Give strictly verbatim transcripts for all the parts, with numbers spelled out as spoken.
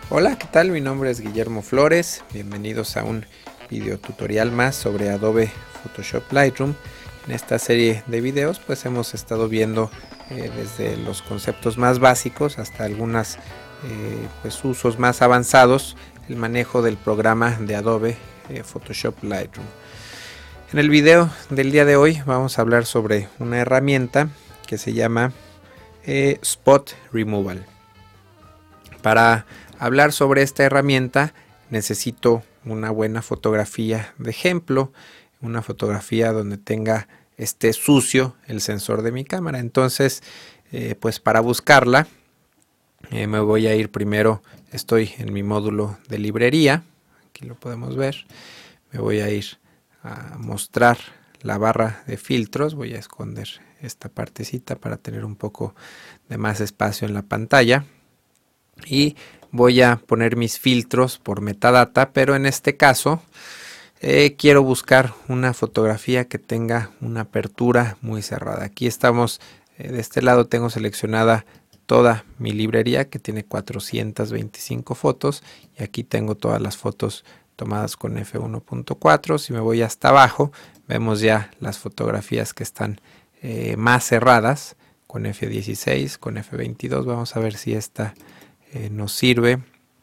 Hola, ¿qué tal? Mi nombre es Guillermo Flores. Bienvenidos a un video tutorial más sobre Adobe Photoshop Lightroom. En esta serie de videos pues hemos estado viendo eh, desde los conceptos más básicos hasta algunos eh, pues, usos más avanzados, el manejo del programa de Adobe eh, Photoshop Lightroom. En el video del día de hoy vamos a hablar sobre una herramienta que se llama eh, Spot Removal. Para hablar sobre esta herramienta necesito una buena fotografía de ejemplo, una fotografía donde tenga esté sucio el sensor de mi cámara. Entonces, eh, pues para buscarla, eh, me voy a ir primero, estoy en mi módulo de librería, aquí lo podemos ver, me voy a ir a mostrar la barra de filtros, voy a esconder esta partecita para tener un poco de más espacio en la pantalla. Y voy a poner mis filtros por metadata, pero en este caso eh, quiero buscar una fotografía que tenga una apertura muy cerrada. Aquí estamos, eh, de este lado tengo seleccionada toda mi librería que tiene cuatrocientas veinticinco fotos y aquí tengo todas las fotos tomadas con efe uno punto cuatro. Si me voy hasta abajo vemos ya las fotografías que están eh, más cerradas con efe dieciséis, con efe veintidós. Vamos a ver si esta Eh, nos sirve.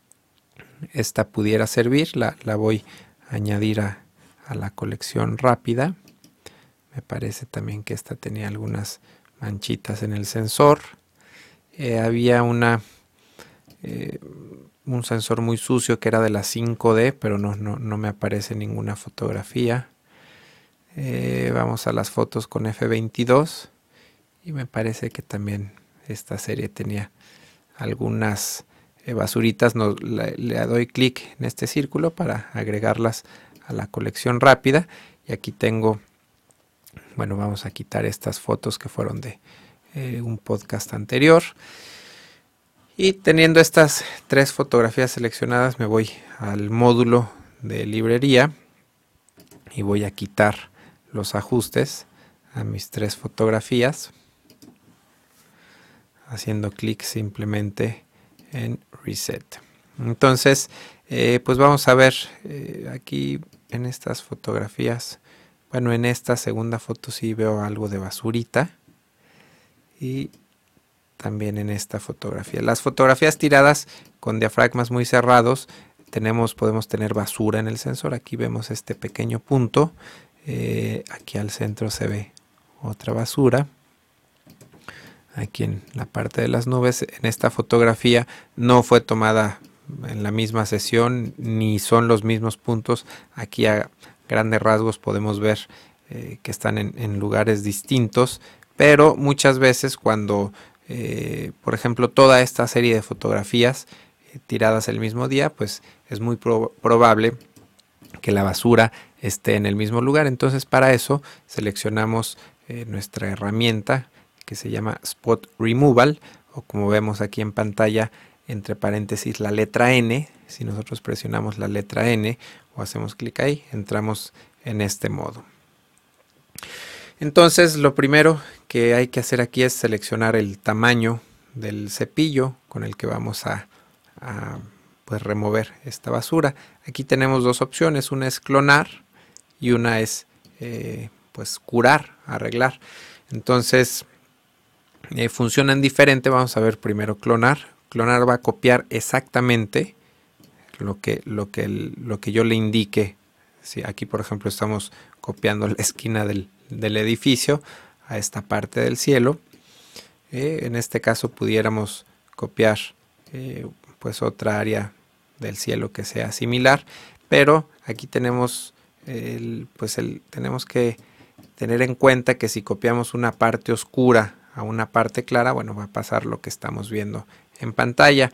Esta pudiera servir, la, la voy a añadir a, a la colección rápida. Me parece también que esta tenía algunas manchitas en el sensor. Eh, había una eh, un sensor muy sucio que era de la cinco D, pero no, no, no me aparece ninguna fotografía. Eh, vamos a las fotos con efe veintidós y me parece que también esta serie tenía algunas eh, basuritas. No, le, le doy clic en este círculo para agregarlas a la colección rápida y aquí tengo, bueno, vamos a quitar estas fotos que fueron de eh, un podcast anterior, y teniendo estas tres fotografías seleccionadas me voy al módulo de librería y voy a quitar los ajustes a mis tres fotografías haciendo clic simplemente en Reset. Entonces, eh, pues vamos a ver eh, aquí en estas fotografías. Bueno, en esta segunda foto sí veo algo de basurita. Y también en esta fotografía. Las fotografías tiradas con diafragmas muy cerrados, tenemos, podemos tener basura en el sensor. Aquí vemos este pequeño punto. Eh, aquí al centro se ve otra basura. Aquí en la parte de las nubes, en esta fotografía no fue tomada en la misma sesión ni son los mismos puntos. Aquí a grandes rasgos podemos ver eh, que están en, en lugares distintos, pero muchas veces cuando eh, por ejemplo toda esta serie de fotografías eh, tiradas el mismo día, pues es muy pro probable que la basura esté en el mismo lugar. Entonces para eso seleccionamos eh, nuestra herramienta que se llama Spot Removal, o como vemos aquí en pantalla entre paréntesis la letra N. Si nosotros presionamos la letra N o hacemos clic ahí, entramos en este modo. Entonces lo primero que hay que hacer aquí es seleccionar el tamaño del cepillo con el que vamos a, a pues remover esta basura. Aquí tenemos dos opciones, una es clonar y una es eh, pues curar, arreglar. Entonces Eh, funcionan diferente. Vamos a ver primero clonar. Clonar va a copiar exactamente lo que, lo que, el, lo que yo le indique. Sí, aquí por ejemplo estamos copiando la esquina del, del edificio a esta parte del cielo. Eh, en este caso pudiéramos copiar eh, pues otra área del cielo que sea similar, pero aquí tenemos el, pues el, tenemos que tener en cuenta que si copiamos una parte oscura a una parte clara, bueno, va a pasar lo que estamos viendo en pantalla.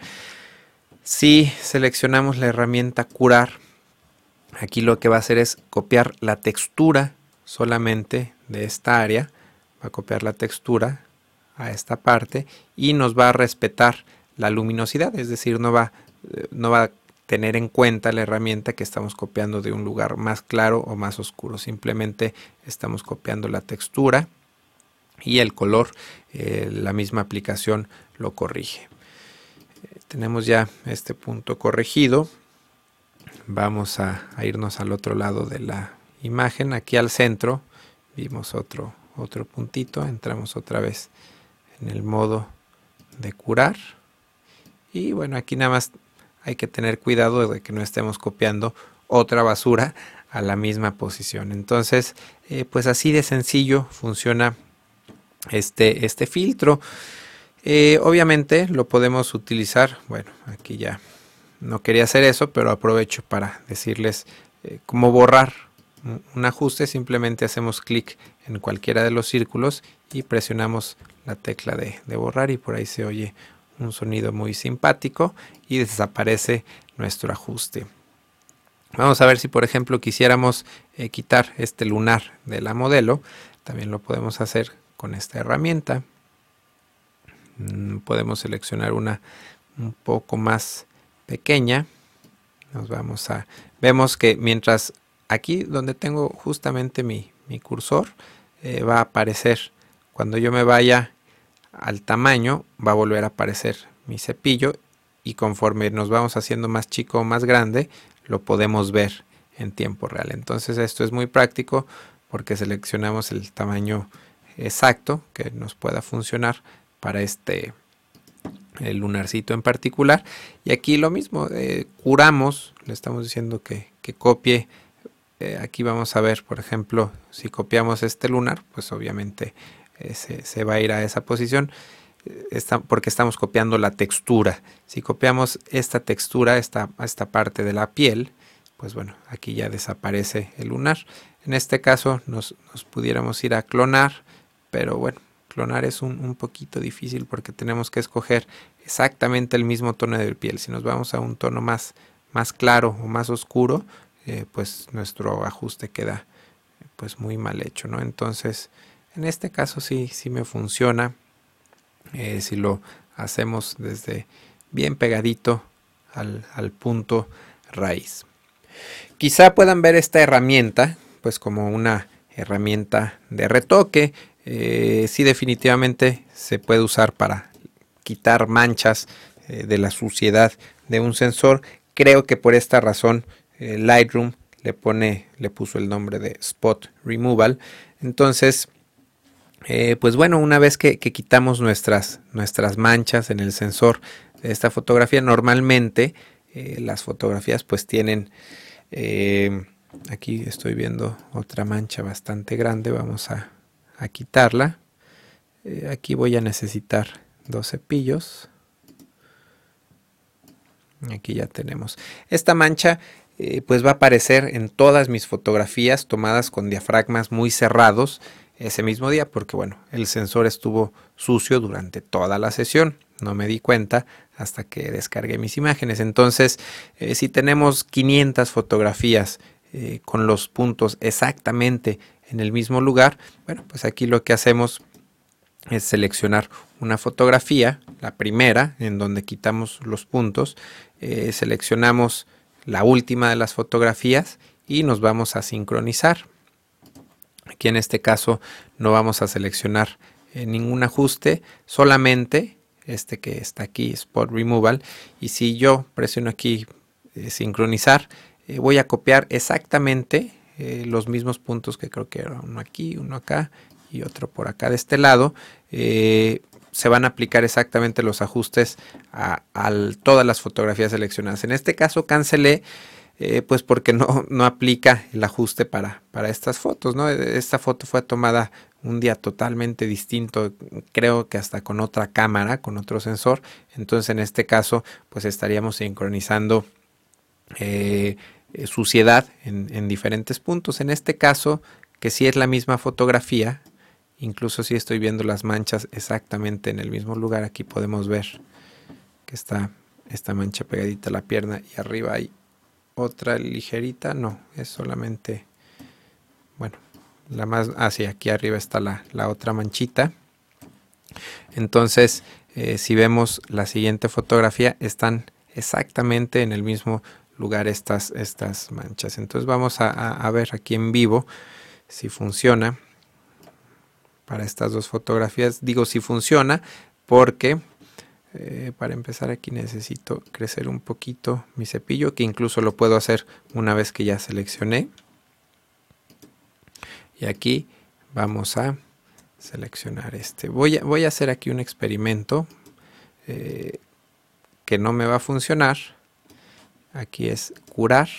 Si seleccionamos la herramienta curar, aquí lo que va a hacer es copiar la textura solamente de esta área, va a copiar la textura a esta parte y nos va a respetar la luminosidad, es decir, no va, no va a tener en cuenta la herramienta que estamos copiando de un lugar más claro o más oscuro, simplemente estamos copiando la textura y el color, eh, la misma aplicación lo corrige. tenemos ya este punto corregido, vamos a, a irnos al otro lado de la imagen. Aquí al centro vimos otro, otro puntito, entramos otra vez en el modo de curar. Y bueno, aquí nada más hay que tener cuidado de que no estemos copiando otra basura a la misma posición. Entonces, eh, pues así de sencillo funciona este, este filtro. Eh, obviamente lo podemos utilizar, bueno, aquí ya no quería hacer eso, pero aprovecho para decirles eh, cómo borrar un ajuste. Simplemente hacemos clic en cualquiera de los círculos y presionamos la tecla de, de borrar, y por ahí se oye un sonido muy simpático y desaparece nuestro ajuste. Vamos a ver si por ejemplo quisiéramos eh, quitar este lunar de la modelo. También lo podemos hacer con esta herramienta. Mm, podemos seleccionar una un poco más pequeña. Nos vamos a... Vemos que mientras aquí donde tengo justamente mi, mi cursor eh, va a aparecer, cuando yo me vaya al tamaño va a volver a aparecer mi cepillo, y conforme nos vamos haciendo más chico o más grande lo podemos ver en tiempo real. Entonces esto es muy práctico porque seleccionamos el tamaño exacto que nos pueda funcionar para este el lunarcito en particular. Y aquí lo mismo, eh, curamos, le estamos diciendo que, que copie. Eh, aquí vamos a ver, por ejemplo, si copiamos este lunar, pues obviamente eh, se, se va a ir a esa posición, eh, está, porque estamos copiando la textura. Si copiamos esta textura, esta, esta parte de la piel, pues bueno, aquí ya desaparece el lunar. En este caso nos, nos pudiéramos ir a clonar, pero bueno, clonar es un, un poquito difícil porque tenemos que escoger exactamente el mismo tono de piel. Si nos vamos a un tono más, más claro o más oscuro, eh, pues nuestro ajuste queda pues muy mal hecho, ¿no? Entonces, en este caso sí, sí me funciona. Eh, si lo hacemos desde bien pegadito al, al punto raíz. Quizá puedan ver esta herramienta pues como una herramienta de retoque. Eh, sí, definitivamente se puede usar para quitar manchas eh, de la suciedad de un sensor. Creo que por esta razón eh, Lightroom le pone, le puso el nombre de Spot Removal. Entonces, eh, pues bueno, una vez que, que quitamos nuestras, nuestras manchas en el sensor de esta fotografía, normalmente eh, las fotografías pues tienen, eh, aquí estoy viendo otra mancha bastante grande, vamos a, a quitarla. Eh, aquí voy a necesitar dos cepillos. Aquí ya tenemos esta mancha. Eh, pues va a aparecer en todas mis fotografías tomadas con diafragmas muy cerrados ese mismo día, porque bueno, el sensor estuvo sucio durante toda la sesión. No me di cuenta hasta que descargué mis imágenes. Entonces, eh, si tenemos quinientas fotografías eh, con los puntos exactamente en el mismo lugar, bueno, pues aquí lo que hacemos es seleccionar una fotografía, la primera, en donde quitamos los puntos, eh, seleccionamos la última de las fotografías y nos vamos a sincronizar. Aquí en este caso no vamos a seleccionar eh, ningún ajuste, solamente este que está aquí, Spot Removal, y si yo presiono aquí eh, sincronizar, eh, voy a copiar exactamente eh, los mismos puntos, que creo que era uno aquí, uno acá y otro por acá de este lado. Eh, se van a aplicar exactamente los ajustes a, a todas las fotografías seleccionadas. En este caso cancelé eh, pues porque no, no aplica el ajuste para, para estas fotos, ¿no? Esta foto fue tomada un día totalmente distinto, creo que hasta con otra cámara, con otro sensor. Entonces en este caso pues estaríamos sincronizando eh, suciedad en, en diferentes puntos. En este caso, que sí es la misma fotografía, incluso si estoy viendo las manchas exactamente en el mismo lugar, aquí podemos ver que está esta mancha pegadita a la pierna y arriba hay otra ligerita, no, es solamente, bueno, la más, ah sí, aquí arriba está la, la otra manchita. Entonces, eh, si vemos la siguiente fotografía, están exactamente en el mismo lugar estas, estas manchas. Entonces vamos a, a, a ver aquí en vivo si funciona. Para estas dos fotografías, digo si funciona porque Eh, para empezar aquí necesito crecer un poquito mi cepillo, que incluso lo puedo hacer una vez que ya seleccioné. Y aquí vamos a seleccionar este. Voy a, voy a hacer aquí un experimento eh, que no me va a funcionar. Aquí es curar.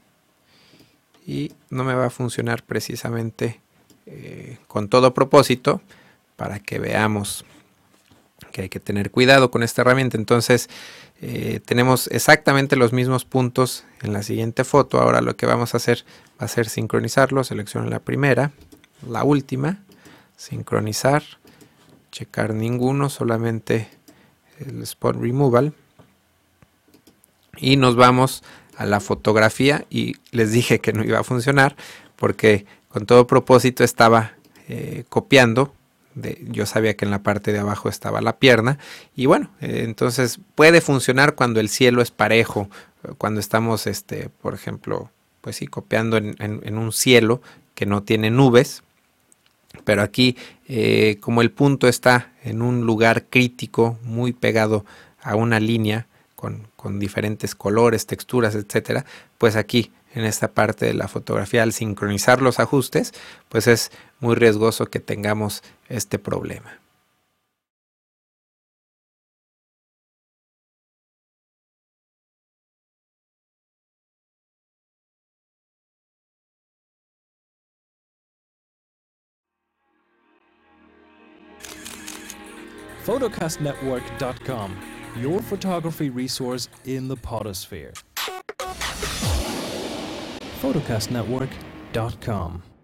Y no me va a funcionar precisamente eh, con todo propósito, para que veamos que hay que tener cuidado con esta herramienta. Entonces eh, tenemos exactamente los mismos puntos en la siguiente foto. Ahora lo que vamos a hacer va a ser sincronizarlo. Selecciono la primera, la última, sincronizar, checar ninguno, solamente el spot removal, y nos vamos a la fotografía. Y les dije que no iba a funcionar porque con todo propósito estaba eh, copiando. De, yo sabía que en la parte de abajo estaba la pierna, y bueno, eh, entonces puede funcionar cuando el cielo es parejo, cuando estamos, este, por ejemplo, pues sí, copiando en, en, en un cielo que no tiene nubes. Pero aquí, eh, como el punto está en un lugar crítico, muy pegado a una línea, con, con diferentes colores, texturas, etcétera, pues aquí en esta parte de la fotografía, al sincronizar los ajustes, pues es muy riesgoso que tengamos este problema. photocast network dot com, your photography resource in the podosphere. photocast network dot com